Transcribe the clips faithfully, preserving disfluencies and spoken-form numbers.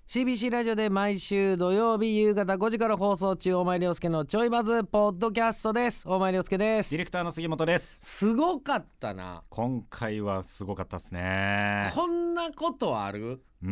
シービーシー ラジオで毎週土曜日夕方ごじから放送中、大前涼介のちょいバズポッドキャストです。大前涼介です。 ディレクターの杉本です。 すごかったな。 今回はすごかったですね。 こんなことある？ うん。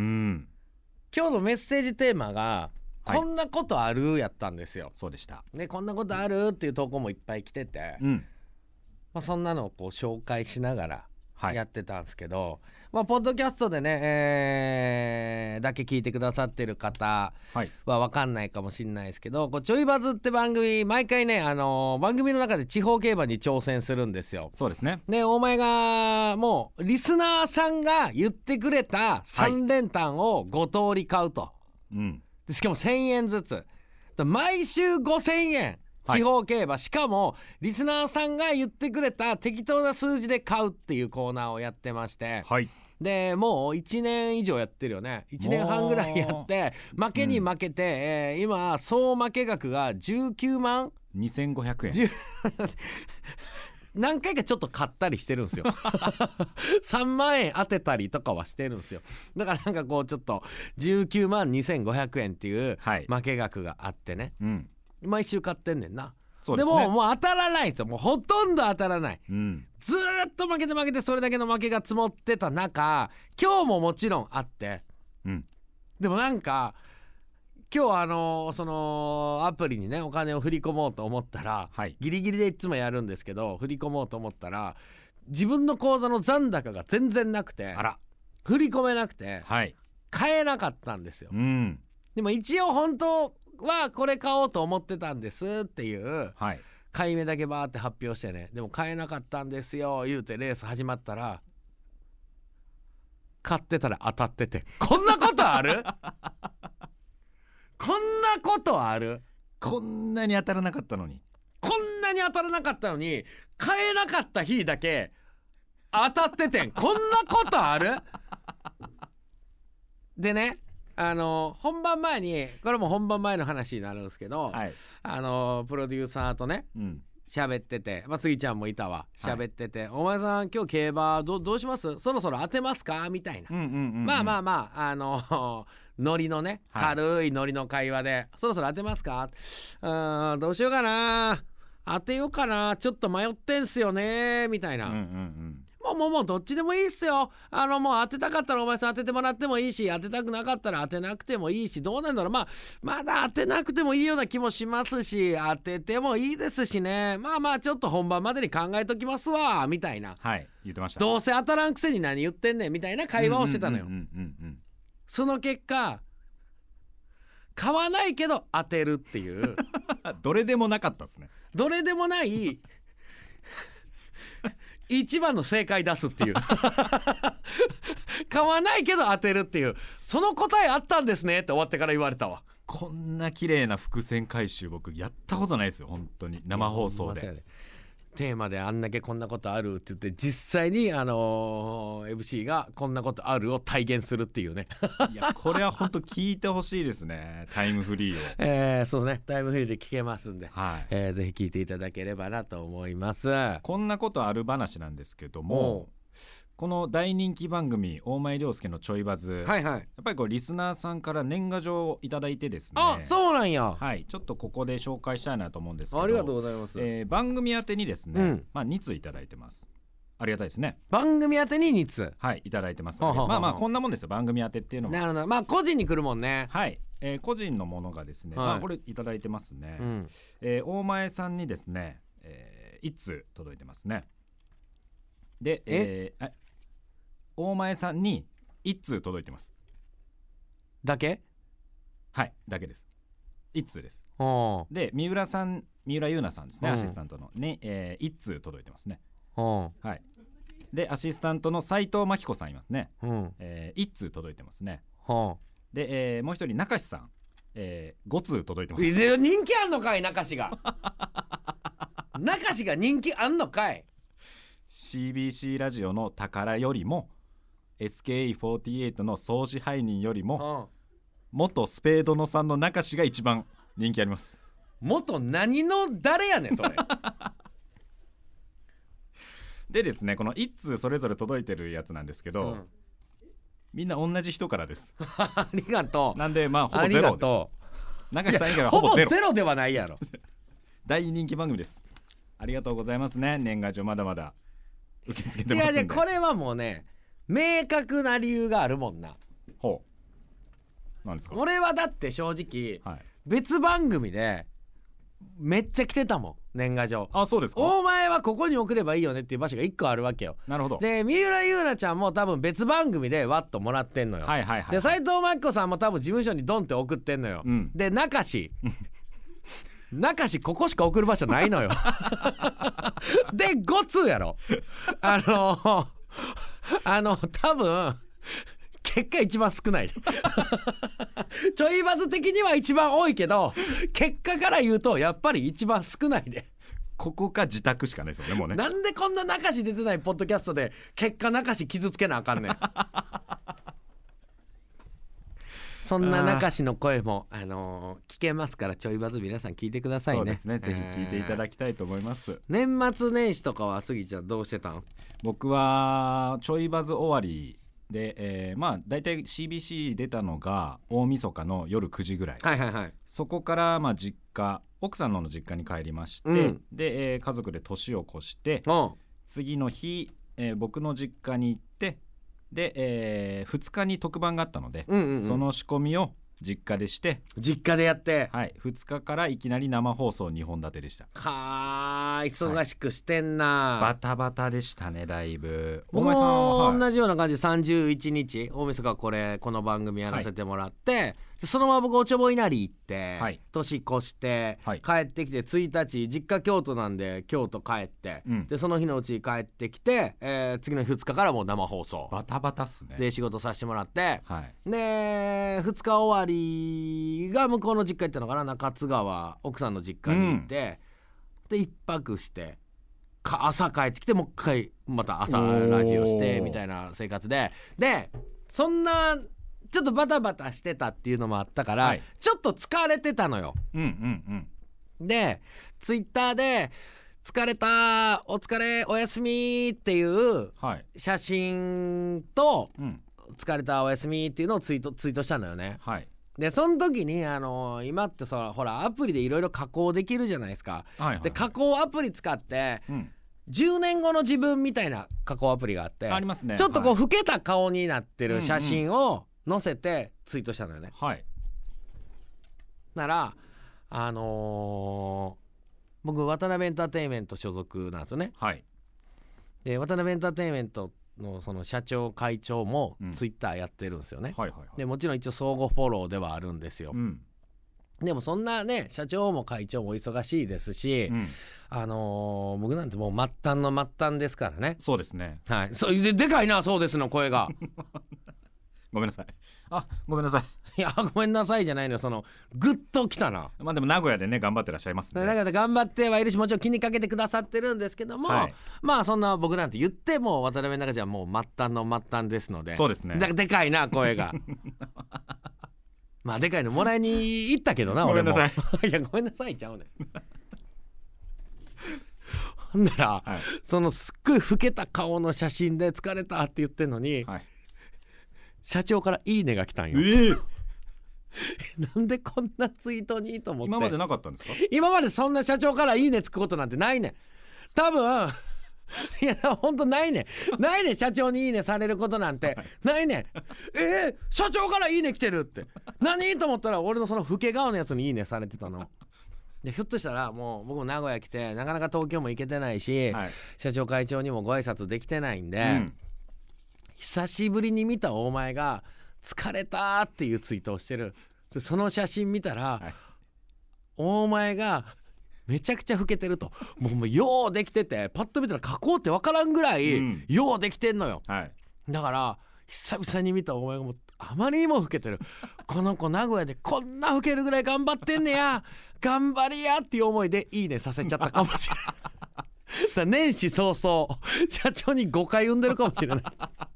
今日のメッセージテーマが、はい、こんなことあるやったんですよ。 そうでした。 でこんなことあるっていう投稿もいっぱい来てて、うん、まあ、そんなのをこう紹介しながらやってたんですけど、はい、まあ、ポッドキャストでね、えー、だけ聞いてくださってる方は分かんないかもしれないですけど、はい、こうちょいバズって番組毎回ね、あのー、番組の中で地方競馬に挑戦するんですよ。 そうですね。 でお前がもうリスナーさんが言ってくれたさん連単をご通り買うと、はい、うん、でしかもせんえんずつ、毎週ごせんえん地方競馬、はい、しかもリスナーさんが言ってくれた適当な数字で買うっていうコーナーをやってまして、はい、でもういちねん以上やってるよね。いちねんはんぐらいやって負けに負けて、うん、えー、今総負け額がじゅうきゅうまんにせんごひゃくえん何回かちょっと買ったりしてるんですよさんまんえん当てたりとかはしてるんですよ。だからなんかこうちょっとじゅうきゅうまんにせんごひゃくえんっていう負け額があってね、はい、うん、毎週買ってんねんな。そうですね。でももう当たらないんですよ。もうほとんど当たらない、うん、ずーっと負けて負けてそれだけの負けが積もってた中、今日ももちろんあって、うん、でもなんか今日あのー、そのアプリにねお金を振り込もうと思ったら、はい、ギリギリでいつもやるんですけど、振り込もうと思ったら自分の口座の残高が全然なくて、あら、振り込めなくて、はい、買えなかったんですよ、うん、でも一応本当はこれ買おうと思ってたんですっていう、はい、買い目だけバーって発表してね、でも買えなかったんですよ言うてレース始まったら、買ってたら当たってて、こんなことあるこんなことある？ こんなに当たらなかったのにこんなに当たらなかったのに買えなかった日だけ当たっててんこんなことある？でね、あの本番前に、これも本番前の話になるんですけど、はい、あのプロデューサーとね、うん、喋ってて、まあ、杉ちゃんもいたわ、喋ってて、はい、お前さん今日競馬 ど, どうします？そろそろ当てますかみたいな、うんうんうんうん、まあまあまああのノリのね、軽いノリの会話で、はい、そろそろ当てますか？うーん、どうしようかな、当てようかな、ちょっと迷ってんすよねみたいな、うんうんうん、もうもうもうどっちでもいいっすよ、あのもう当てたかったらお前さん当ててもらってもいいし、当てたくなかったら当てなくてもいいし、どうなんだろう、まあまだ当てなくてもいいような気もしますし、当ててもいいですしね、まあまあちょっと本番までに考えときますわみたいな、 はい、言ってました。 どうせ当たらんくせに何言ってんねんみたいな会話をしてたのよ。その結果買わないけど当てるっていうどれでもなかったですね。 どれでもない一番の正解出すっていう買わないけど当てるっていう、その答えあったんですねって終わってから言われたわ。 こんな綺麗な伏線回収僕やったことないですよ、本当に生放送で。 テーマであんだけこんなことあるって言って、実際にあのー、エフシー がこんなことあるを体現するっていうねいやこれは本当聞いてほしいですね、タイムフリーを、 えー、そうね、タイムフリーで聞けますんで、はい、えー、ぜひ聞いていただければなと思います。 こんなことある話なんですけども、この大人気番組大前涼介のちょいバズ、はいはい、やっぱりこうリスナーさんから年賀状をいただいてですね、 あ、そうなんや、 はい、ちょっとここで紹介したいなと思うんですけど、 ありがとうございます、 えー、番組宛てにですね、うん、まあ、に通いただいてます。ありがたいですね。 番組宛てにに通、 はい、いただいてますので、まあまあこんなもんですよ、番組宛てっていうのは。 なるほど、まあ個人に来るもんね。はい、 えー、個人のものがですね、はい、まあ、これいただいてますね、うん、えー、大前さんにですね、えー、いち通届いてますね。で、えー、大前さんにいち通届いてます。 だけ？ はい、だけです。いち通です。で、三浦さん、三浦優奈さんですね、アシスタントのね、えー、いち通届いてますね。はい。で、アシスタントの斉藤真希子さんいますね、えー、いち通届いてますね。で、えー、もう一人中志さん、えー、ご通届いてます。 人気あんのかい、中志が中志が人気あんのかい。 シービーシー ラジオの宝よりもエスケーイーフォーティーエイト の総支配人よりも、うん、元スペードのさんの中志が一番人気あります。 元何の誰やねんそれでですね、このいち通それぞれ届いてるやつなんですけど、うん、 みんな同じ人からですありがとう。 なんでまあほぼゼロです。中志さん以外はほぼゼロ。 ほぼゼロではないやろ大人気番組です。ありがとうございますね。年賀状まだまだ受け付けてますんで。 いやいやこれはもうね明確な理由があるもんな。 ほうなんですか。 俺はだって正直、はい、別番組でめっちゃ来てたもん年賀状。 あ、そうですか。 お前はここに送ればいいよねっていう場所がいっこあるわけよ。 なるほど。 で三浦優奈ちゃんも多分別番組でワッともらってんのよ。 はいはいはい、 で斉藤真希子さんも多分事務所にドンって送ってんのよ、うん、で中志中志ここしか送る場所ないのよでご通やろあのあの多分結果一番少ないちょいバズ的には一番多いけど結果から言うとやっぱり一番少ないで。 ここか自宅しかないですよねもうね。 なんでこんな中志出てないポッドキャストで結果中志傷つけなあかんねんそんな中志の声も、あのー、聞けますからちょいバズ皆さん聞いてくださいね。 そうですね、ぜひ聞いていただきたいと思います。 年末年始とかはスギちゃんどうしてたん？ 僕はちょいバズ終わりで、えー、まあだいたい シービーシー 出たのが大晦日の夜くじぐらい、 はいはいはい、 そこからまあ実家奥さんのの実家に帰りまして、うん、で、えー、家族で年を越して、うん、次の日、えー、僕の実家に行ってで、えー、ふつかに特番があったので、うんうんうん、その仕込みを実家でして実家でやって、 はい、ふつかからいきなり生放送にほん立てでした。 はー忙しくしてんな、 はい、バタバタでしたねだいぶ。 僕も同じような感じでさんじゅういちにち大晦日これこの番組やらせてもらって、はい、そのまま僕おちょぼ稲荷行って、はい、年越して、はい、帰ってきてついたち実家京都なんで京都帰って、うん、でその日のうち帰ってきて、えー、次のふつかからもう生放送バタバタっすね。 で仕事させてもらって、はい、でふつか終わりが向こうの実家行ったのかな中津川奥さんの実家に行って、うん、で一泊してか朝帰ってきてもう一回また朝ラジオしてみたいな生活ででそんなちょっとバタバタしてたっていうのもあったから、はい、ちょっと疲れてたのよ、うんうんうん、でツイッターで疲れたお疲れおやすみっていう写真と、はい、うん、疲れたおやすみっていうのをツイート、ツイートしたのよね、はい、でその時に、あのー、今ってさほらアプリでいろいろ加工できるじゃないですか、はいはいはい、で加工アプリ使って、うん、じゅうねんごの自分みたいな加工アプリがあってありますね、 ちょっとこう老けた顔になってる写真を載せてツイートしたのよね、 はい、 ならあのー、僕渡辺エンターテインメント所属なんですよね、はい、で渡辺エンターテインメントのその社長会長もツイッターやってるんですよね、うんはいはいはい、でもちろん一応相互フォローではあるんですよ、うん、でもそんなね社長も会長も忙しいですし、うん、あのー、僕なんてもう末端の末端ですからね。 そうですね、 はい、そででかいなそうですの声がごめんなさい、あごめんなさいいやごめんなさいじゃないのよ、そのグッときたな。 まあでも名古屋でね頑張ってらっしゃいますね。 名古屋で頑張ってはいるしもちろん気にかけてくださってるんですけども、はい、まあそんな僕なんて言っても渡辺の中じゃもう末端の末端ですので。 そうですね、 だでかいな声がまあでかいのもらいに行ったけどな俺も。 ごめんなさいいやごめんなさいちゃうねんほんなら、はい、そのすっごい老けた顔の写真で疲れたって言ってんのに、はい、社長からいいねが来たんよ、えーなんでこんなツイートにと思って。 今までなかったんですか？ 今までそんな社長からいいねつくことなんてないねん多分いやほんとないねんないねん社長にいいねされることなんてないねんえー、社長からいいね来てるって何と思ったら俺のその老け顔のやつにいいねされてたのでひょっとしたらもう僕も名古屋来てなかなか東京も行けてないし、はい、社長会長にもご挨拶できてないんで、うん、久しぶりに見たお前が疲れたっていうツイートをしてる。その写真見たら、はい、お前がめちゃくちゃ老けてるともう、もうようできててパッと見たら加工って分からんぐらい、うん、ようできてんのよ、はい、だから久々に見たお前がもうあまりにも老けてるこの子名古屋でこんな老けるぐらい頑張ってんねや頑張りやっていう思いでいいねさせちゃったかもしれないだ年始早々社長に誤解生んでるかもしれない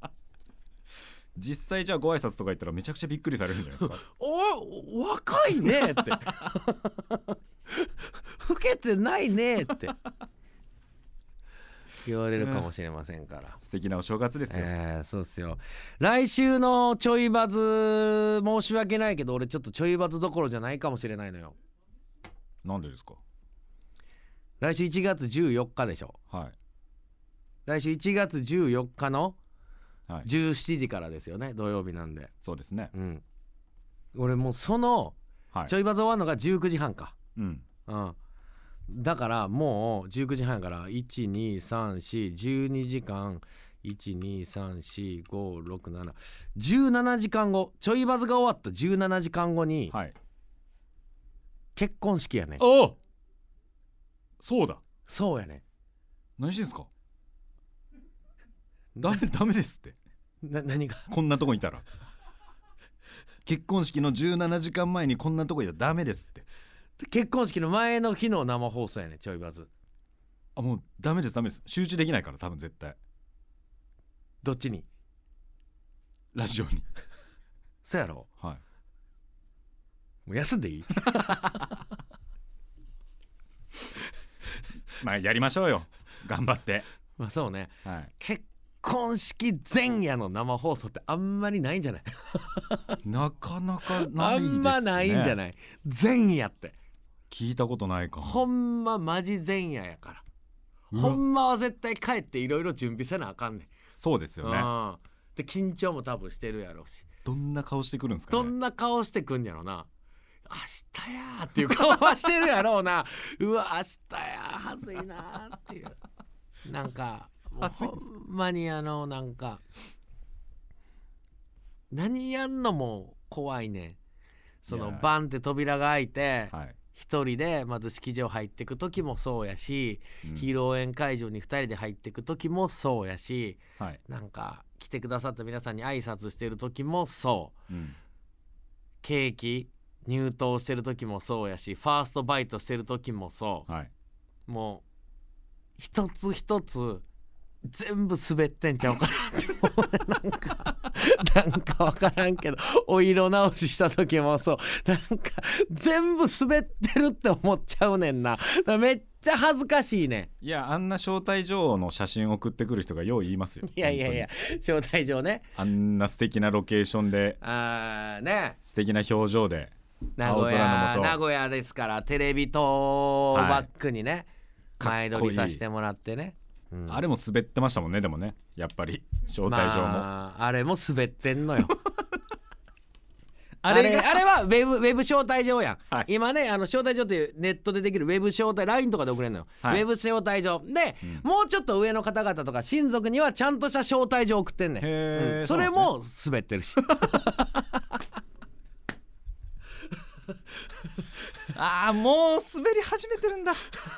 実際じゃあご挨拶とか言ったらめちゃくちゃびっくりされるんじゃないですかお若いねって老けてないねって言われるかもしれませんから、うん、 素敵なお正月ですよ。 えー、そうですよ。来週のちょいバズ申し訳ないけど俺ちょっとちょいバズどころじゃないかもしれないのよ。 なんでですか？ 来週いちがつじゅうよっかでしょ。 はい。 来週いちがつじゅうよっかのじゅうしちじからですよね、土曜日なんで。 そうですね、 うん、俺もうそのちょいバズ終わるのがじゅうくじはんか、 うんうん、だからもうじゅうくじはんやからいちにさんしじゅうにじかんいちにさんしごろくななじゅうななじかんご、ちょいバズが終わったじゅうななじかんごに、 はい、 結婚式やね。 おお、そうだ、 そうやね。 何してんすか？ダメダメですって。 な何が？ こんなとこいたら結婚式のじゅうななじかんまえにこんなとこいたらダメですって。 結婚式の前の日の生放送やねちょいバズ。 あ、もうダメですダメです、集中できないから多分絶対。 どっちに？ ラジオにそうやろ。 はい。 もう休んでいい？ まあやりましょうよ、頑張って。 まあそうね、 はい、 結婚式前夜の生放送ってあんまりないんじゃない？ なかなかないですね。 あんまないんじゃない？前夜って聞いたことないかも。 ほんまマジ前夜やから、ほんまは絶対帰っていろいろ準備せなあかんねん。 そうですよね。 で緊張も多分してるやろうし。 どんな顔してくるんですかね。 どんな顔してくんやろな。明日やーっていう顔はしてるやろうな。うわ明日やーはずいなーっていう、なんかもうほんまにあのなんか何やんのも怖いねん。そのバンって扉が開いて、はい、一人でまず式場入ってく時もそうやし、うん、披露宴会場に二人で入ってく時もそうやし、はい、なんか来てくださった皆さんに挨拶してる時もそう、うん、ケーキ入刀してる時もそうやし、ファーストバイトしてる時もそう、はい、もう一つ一つ全部滑ってんちゃうかなって思う。なんかなんか分からんけどお色直しした時もそう、なんか全部滑ってるって思っちゃうねんな。だからめっちゃ恥ずかしいね。 いや、あんな招待状の写真送ってくる人がよう言いますよ。 いやいやいや、招待状ね、 あんな素敵なロケーションで、 あーね、 素敵な表情で名古屋名古屋ですからテレビ塔バックにね、はい、前撮りさせてもらってね、うん、あれも滑ってましたもんね。でもね、やっぱり招待状も、 まあ、あれも滑ってんのよ。あれあれはウェブ、ウェブ招待状やん、はい、今ねあの招待状ってネットでできるウェブ招待 ライン とかで送れるのよ、はい、ウェブ招待状で、うん、もうちょっと上の方々とか親族にはちゃんとした招待状送ってんねん、うん、それも滑ってるし。 ああ、もう滑り始めてるんだ。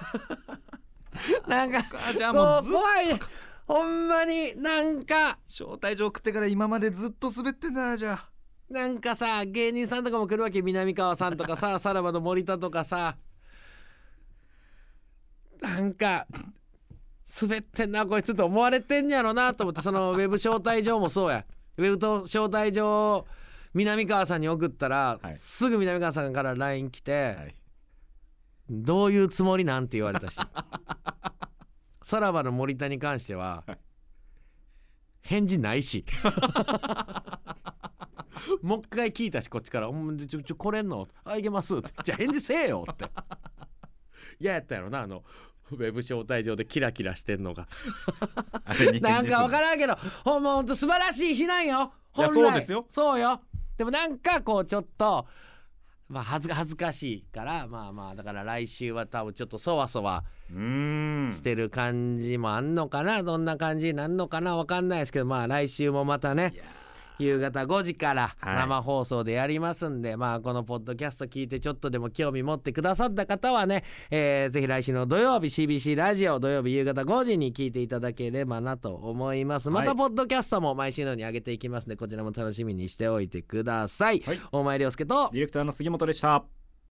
なんかじゃあもうずっと怖い、ほんまになんか招待状送ってから今までずっと滑ってんだ。じゃあなんかさ芸人さんとかも来るわけ、南川さんとかささらばの森田とかさ、なんか滑ってんなこいつと思われてんやろなと思って、そのウェブ招待状もそうや、ウェブと招待状南川さんに送ったら、はい、すぐ南川さんから ライン 来て、はい、どういうつもりなんて言われたし、さらばの森田に関しては、はい、返事ないしもう一回聞いたしこっちから「ちょちょ来れんの?」あいけます」って「じゃあ返事せえよ」って嫌やったやろな、あのウェブ招待状でキラキラしてんのがなんか分からんけど、ほんまほんと素晴らしい日なんよ本来。いやそうですよ、そうよ。でもなんかこうちょっとまあ恥ず恥ずかしいから、まあまあだから来週は多分ちょっとそわそわしてる感じもあんのかな、どんな感じになんのかな分かんないですけど、まあ来週もまたね夕方ごじから生放送でやりますんで、はい、まあこのポッドキャスト聞いてちょっとでも興味持ってくださった方はね、えー、ぜひ来週の土曜日 シービーシー ラジオ土曜日夕方ごじに聞いていただければなと思います。またポッドキャストも毎週のように上げていきますので、こちらも楽しみにしておいてください、はい、大前涼介とディレクターの杉本でした。